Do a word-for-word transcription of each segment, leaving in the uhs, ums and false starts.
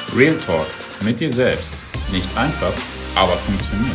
Real Talk mit dir selbst. Nicht einfach, aber funktioniert.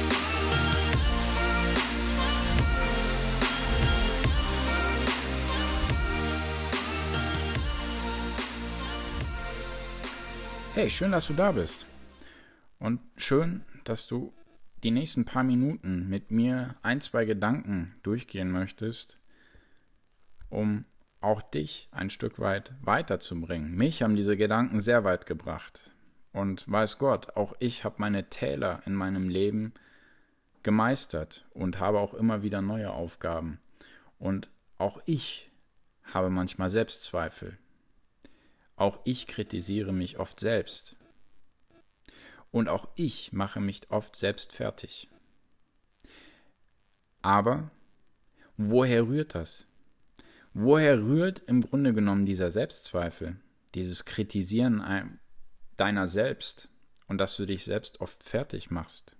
Hey, schön, dass du da bist. Und schön, dass du die nächsten paar Minuten mit mir ein, zwei Gedanken durchgehen möchtest, um auch dich ein Stück weit weiterzubringen. Mich haben diese Gedanken sehr weit gebracht. Und weiß Gott, auch ich habe meine Täler in meinem Leben gemeistert und habe auch immer wieder neue Aufgaben. Und auch ich habe manchmal Selbstzweifel. Auch ich kritisiere mich oft selbst. Und auch ich mache mich oft selbst fertig. Aber woher rührt das? Woher rührt im Grunde genommen dieser Selbstzweifel, dieses Kritisieren deiner selbst und dass du dich selbst oft fertig machst?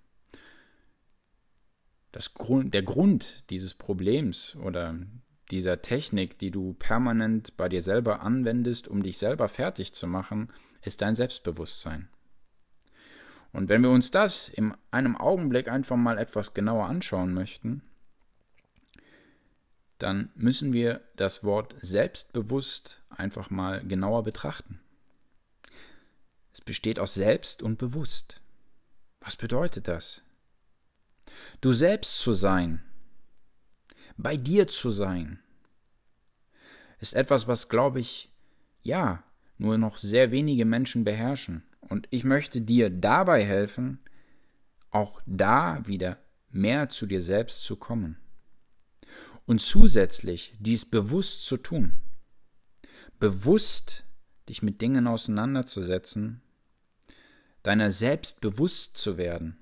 Das Grund, der Grund dieses Problems oder dieser Technik, die du permanent bei dir selber anwendest, um dich selber fertig zu machen, ist dein Selbstbewusstsein. Und wenn wir uns das in einem Augenblick einfach mal etwas genauer anschauen möchten, dann müssen wir das Wort selbstbewusst einfach mal genauer betrachten. Es besteht aus selbst und bewusst. Was bedeutet das? Du selbst zu sein, bei dir zu sein, ist etwas, was, glaube ich, ja, nur noch sehr wenige Menschen beherrschen. Und ich möchte dir dabei helfen, auch da wieder mehr zu dir selbst zu kommen. Und zusätzlich dies bewusst zu tun, bewusst dich mit Dingen auseinanderzusetzen, deiner selbst bewusst zu werden.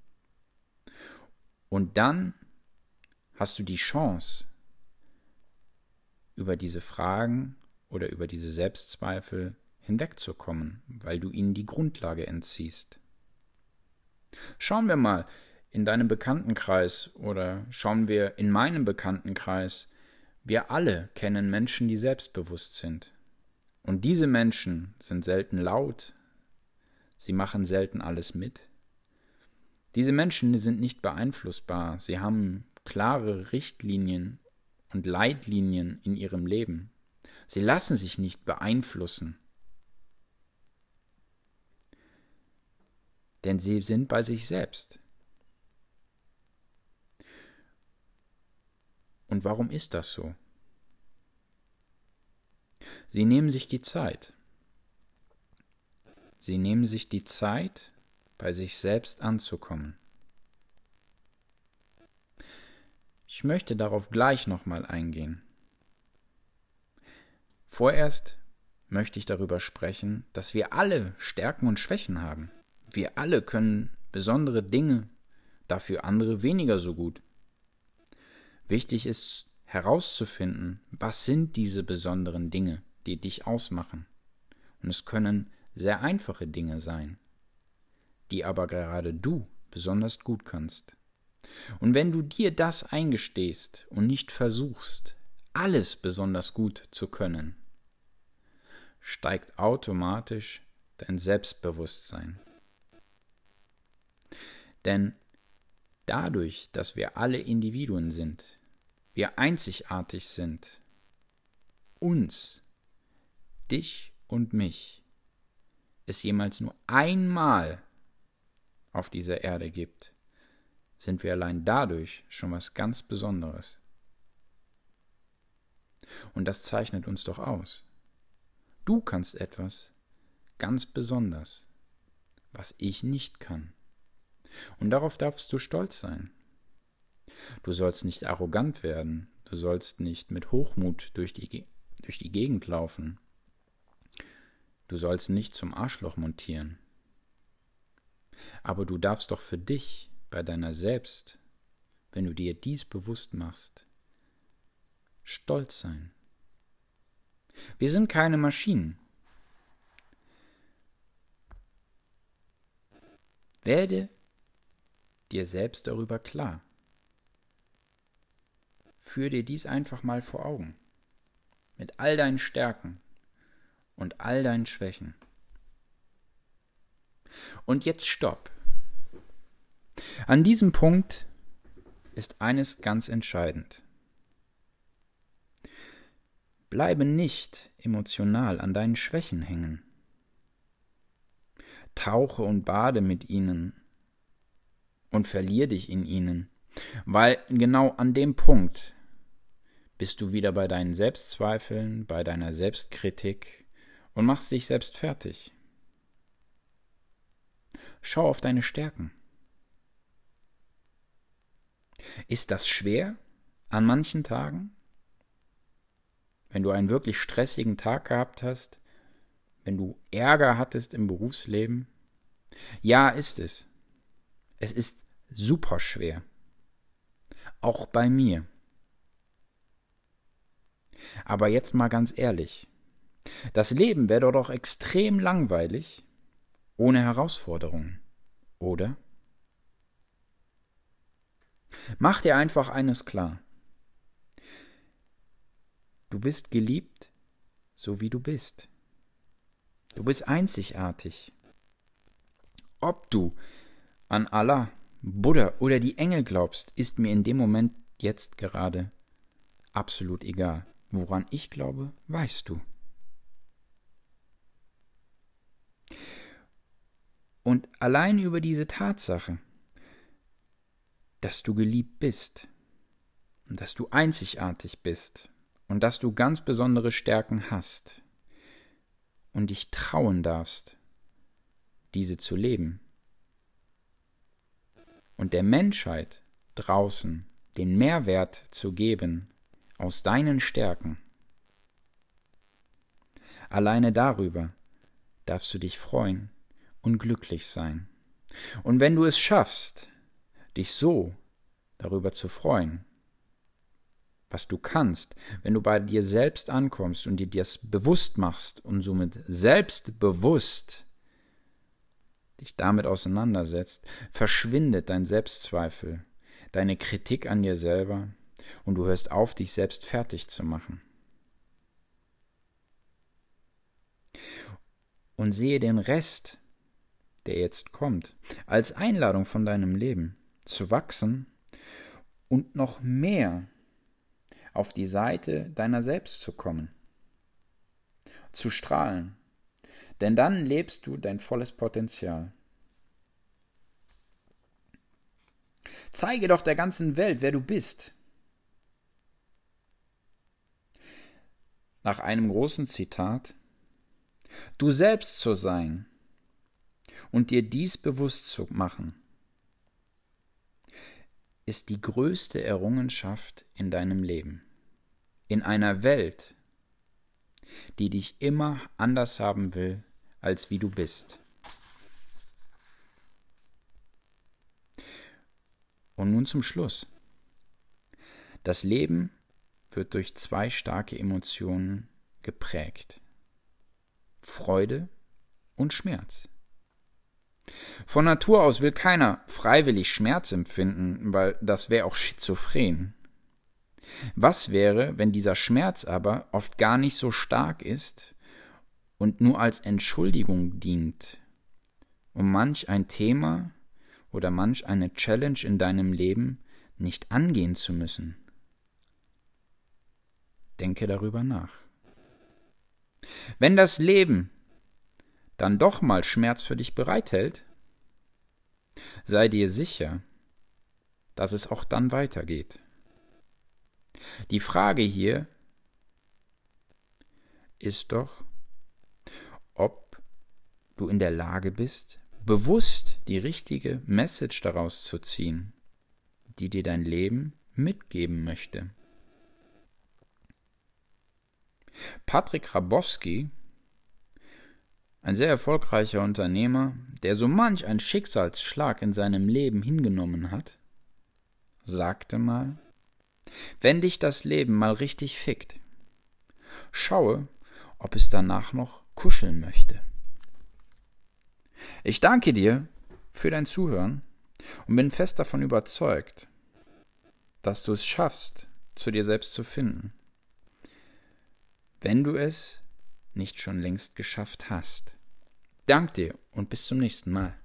Und dann hast du die Chance, über diese Fragen oder über diese Selbstzweifel hinwegzukommen, weil du ihnen die Grundlage entziehst. Schauen wir mal in deinem Bekanntenkreis oder schauen wir in meinem Bekanntenkreis. Wir alle kennen Menschen, die selbstbewusst sind. Und diese Menschen sind selten laut, sie machen selten alles mit. Diese Menschen sind nicht beeinflussbar, sie haben klare Richtlinien und Leitlinien in ihrem Leben. Sie lassen sich nicht beeinflussen. Denn sie sind bei sich selbst. Und warum ist das so? Sie nehmen sich die Zeit. Sie nehmen sich die Zeit, bei sich selbst anzukommen. Ich möchte darauf gleich nochmal eingehen. Vorerst möchte ich darüber sprechen, dass wir alle Stärken und Schwächen haben. Wir alle können besondere Dinge, dafür andere weniger so gut. Wichtig ist herauszufinden, was sind diese besonderen Dinge, die dich ausmachen. Und es können sehr einfache Dinge sein, die aber gerade du besonders gut kannst. Und wenn du dir das eingestehst und nicht versuchst, alles besonders gut zu können, steigt automatisch dein Selbstbewusstsein. Denn dadurch, dass wir alle Individuen sind, wir einzigartig sind, uns, dich und mich, es jemals nur einmal auf dieser Erde gibt, sind wir allein dadurch schon was ganz Besonderes. Und das zeichnet uns doch aus. Du kannst etwas ganz besonders, was ich nicht kann. Und darauf darfst du stolz sein. Du sollst nicht arrogant werden, du sollst nicht mit Hochmut durch die, durch die Gegend laufen. Du sollst nicht zum Arschloch montieren. Aber du darfst doch für dich, bei deiner selbst, wenn du dir dies bewusst machst, stolz sein. Wir sind keine Maschinen. Werde dir selbst darüber klar. Führ dir dies einfach mal vor Augen. Mit all deinen Stärken und all deinen Schwächen. Und jetzt stopp. An diesem Punkt ist eines ganz entscheidend. Bleibe nicht emotional an deinen Schwächen hängen. Tauche und bade mit ihnen und verlier dich in ihnen, weil genau an dem Punkt bist du wieder bei deinen Selbstzweifeln, bei deiner Selbstkritik und machst dich selbst fertig. Schau auf deine Stärken. Ist das schwer an manchen Tagen? Wenn du einen wirklich stressigen Tag gehabt hast, wenn du Ärger hattest im Berufsleben? Ja, ist es. Es ist super schwer. Auch bei mir. Aber jetzt mal ganz ehrlich. Das Leben wäre doch extrem langweilig ohne Herausforderungen, oder? Mach dir einfach eines klar. Du bist geliebt, so wie du bist. Du bist einzigartig. Ob du an Allah, Buddha oder die Engel glaubst, ist mir in dem Moment jetzt gerade absolut egal. Woran ich glaube, weißt du. Und allein über diese Tatsache, dass du geliebt bist und dass du einzigartig bist und dass du ganz besondere Stärken hast und dich trauen darfst, diese zu leben und der Menschheit draußen den Mehrwert zu geben aus deinen Stärken. Alleine darüber darfst du dich freuen und glücklich sein. Und wenn du es schaffst, dich so darüber zu freuen, was du kannst, wenn du bei dir selbst ankommst und dir das bewusst machst und somit selbstbewusst dich damit auseinandersetzt, verschwindet dein Selbstzweifel, deine Kritik an dir selber und du hörst auf, dich selbst fertig zu machen. Und sehe den Rest, der jetzt kommt, als Einladung von deinem Leben zu wachsen und noch mehr auf die Seite deiner selbst zu kommen, zu strahlen, denn dann lebst du dein volles Potenzial. Zeige doch der ganzen Welt, wer du bist. Nach einem großen Zitat: Du selbst zu sein und dir dies bewusst zu machen, ist die größte Errungenschaft in deinem Leben. In einer Welt, die dich immer anders haben will, als wie du bist. Und nun zum Schluss. Das Leben wird durch zwei starke Emotionen geprägt: Freude und Schmerz. Von Natur aus will keiner freiwillig Schmerz empfinden, weil das wäre auch schizophren. Was wäre, wenn dieser Schmerz aber oft gar nicht so stark ist und nur als Entschuldigung dient, um manch ein Thema oder manch eine Challenge in deinem Leben nicht angehen zu müssen? Denke darüber nach. Wenn das Leben dann doch mal Schmerz für dich bereithält, sei dir sicher, dass es auch dann weitergeht. Die Frage hier ist doch, ob du in der Lage bist, bewusst die richtige Message daraus zu ziehen, die dir dein Leben mitgeben möchte. Patrick Hrabowski, ein sehr erfolgreicher Unternehmer, der so manch einen Schicksalsschlag in seinem Leben hingenommen hat, sagte mal: Wenn dich das Leben mal richtig fickt, schaue, ob es danach noch kuscheln möchte. Ich danke dir für dein Zuhören und bin fest davon überzeugt, dass du es schaffst, zu dir selbst zu finden, wenn du es nicht schon längst geschafft hast. Dank dir und bis zum nächsten Mal.